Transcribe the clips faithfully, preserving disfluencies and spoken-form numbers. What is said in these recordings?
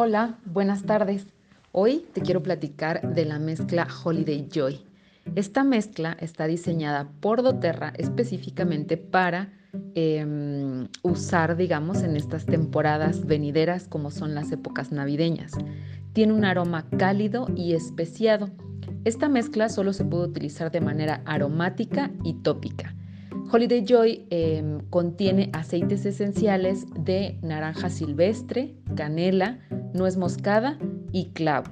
Hola, buenas tardes. Hoy te quiero platicar de la mezcla Holiday Joy. Esta mezcla está diseñada por doTERRA específicamente para eh, usar, digamos, en estas temporadas venideras como son las épocas navideñas. Tiene un aroma cálido y especiado. Esta mezcla solo se puede utilizar de manera aromática y tópica. Holiday Joy eh, contiene aceites esenciales de naranja silvestre, canela, nuez moscada y clavo.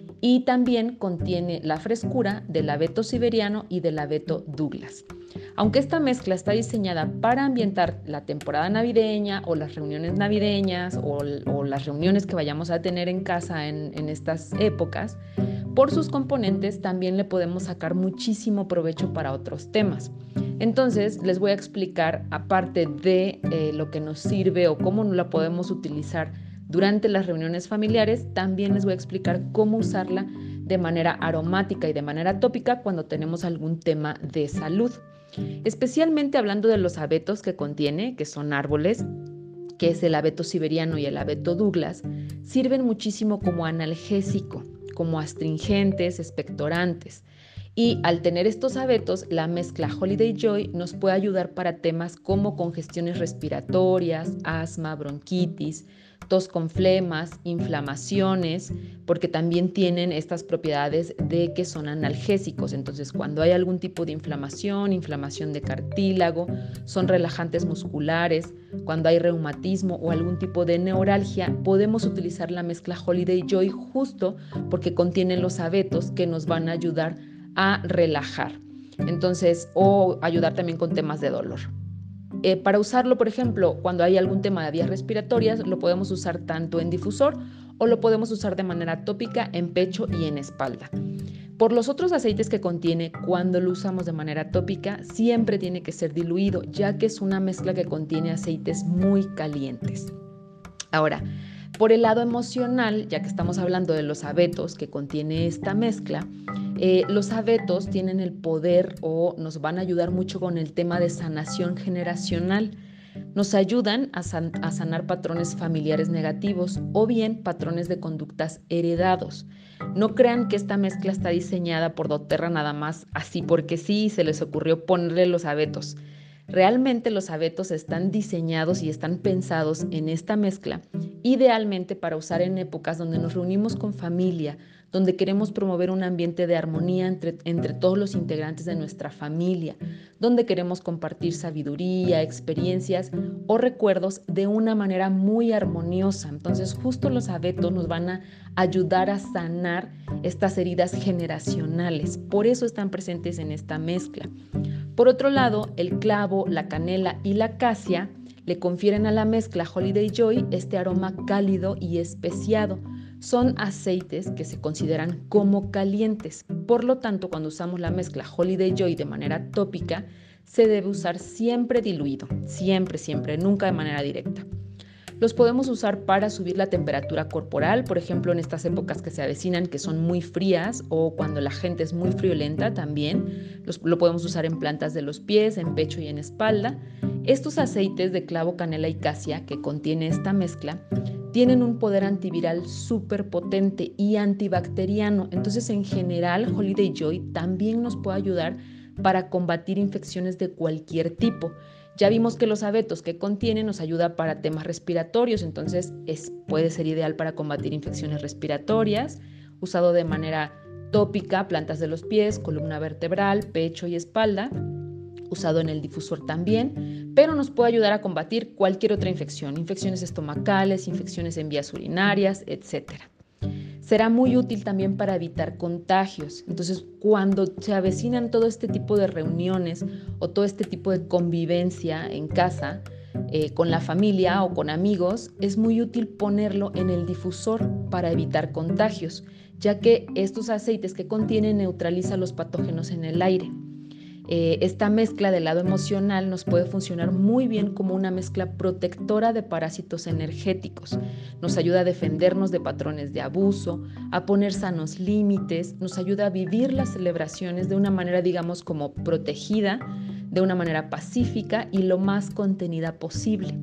Y también contiene la frescura del abeto siberiano y del abeto Douglas. Aunque esta mezcla está diseñada para ambientar la temporada navideña o las reuniones navideñas o, o las reuniones que vayamos a tener en casa en, en estas épocas, por sus componentes también le podemos sacar muchísimo provecho para otros temas. Entonces les voy a explicar, aparte de eh, lo que nos sirve o cómo la podemos utilizar durante las reuniones familiares, también les voy a explicar cómo usarla de manera aromática y de manera tópica cuando tenemos algún tema de salud. Especialmente hablando de los abetos que contiene, que son árboles, que es el abeto siberiano y el abeto Douglas, sirven muchísimo como analgésico, como astringentes, expectorantes. Y al tener estos abetos, la mezcla Holiday Joy nos puede ayudar para temas como congestiones respiratorias, asma, bronquitis, tos con flemas, inflamaciones, porque también tienen estas propiedades de que son analgésicos. Entonces, cuando hay algún tipo de inflamación, inflamación de cartílago, son relajantes musculares, cuando hay reumatismo o algún tipo de neuralgia, podemos utilizar la mezcla Holiday Joy justo porque contiene los abetos que nos van a ayudar a relajar. Entonces, o ayudar también con temas de dolor. Eh, para usarlo, por ejemplo, cuando hay algún tema de vías respiratorias, lo podemos usar tanto en difusor o lo podemos usar de manera tópica en pecho y en espalda. Por los otros aceites que contiene, cuando lo usamos de manera tópica, siempre tiene que ser diluido, ya que es una mezcla que contiene aceites muy calientes. Ahora, por el lado emocional, ya que estamos hablando de los abetos que contiene esta mezcla, eh, los abetos tienen el poder o nos van a ayudar mucho con el tema de sanación generacional. Nos ayudan a, san a sanar patrones familiares negativos o bien patrones de conductas heredados. No crean que esta mezcla está diseñada por doTERRA nada más así porque sí se les ocurrió ponerle los abetos. Realmente los abetos están diseñados y están pensados en esta mezcla, idealmente para usar en épocas donde nos reunimos con familia, donde queremos promover un ambiente de armonía entre, entre todos los integrantes de nuestra familia, donde queremos compartir sabiduría, experiencias o recuerdos de una manera muy armoniosa. Entonces, justo los abetos nos van a ayudar a sanar estas heridas generacionales. Por eso están presentes en esta mezcla. Por otro lado, el clavo, la canela y la acacia le confieren a la mezcla Holiday Joy este aroma cálido y especiado. Son aceites que se consideran como calientes. Por lo tanto, cuando usamos la mezcla Holiday Joy de manera tópica, se debe usar siempre diluido, siempre, siempre, nunca de manera directa. Los podemos usar para subir la temperatura corporal, por ejemplo, en estas épocas que se avecinan, que son muy frías, o cuando la gente es muy friolenta también. Los, lo podemos usar en plantas de los pies, en pecho y en espalda. Estos aceites de clavo, canela y casia que contiene esta mezcla tienen un poder antiviral súper potente y antibacteriano. Entonces, en general, Holiday Joy también nos puede ayudar para combatir infecciones de cualquier tipo. Ya vimos que los abetos que contiene nos ayuda para temas respiratorios, entonces es, puede ser ideal para combatir infecciones respiratorias, usado de manera tópica, plantas de los pies, columna vertebral, pecho y espalda, usado en el difusor también, pero nos puede ayudar a combatir cualquier otra infección, infecciones estomacales, infecciones en vías urinarias, etcétera. Será muy útil también para evitar contagios. Entonces, cuando se avecinan todo este tipo de reuniones o todo este tipo de convivencia en casa, eh, con la familia o con amigos, es muy útil ponerlo en el difusor para evitar contagios, ya que estos aceites que contienen neutralizan los patógenos en el aire. Eh, esta mezcla del lado emocional nos puede funcionar muy bien como una mezcla protectora de parásitos energéticos. Nos ayuda a defendernos de patrones de abuso, a poner sanos límites, nos ayuda a vivir las celebraciones de una manera, digamos, como protegida, de una manera pacífica y lo más contenida posible.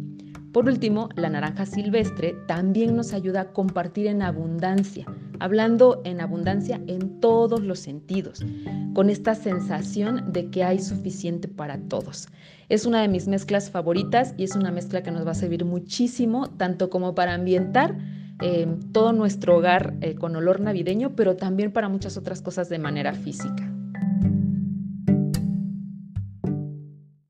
Por último, la naranja silvestre también nos ayuda a compartir en abundancia, hablando en abundancia en todos los sentidos, con esta sensación de que hay suficiente para todos. Es una de mis mezclas favoritas y es una mezcla que nos va a servir muchísimo, tanto como para ambientar eh, todo nuestro hogar eh, con olor navideño, pero también para muchas otras cosas de manera física.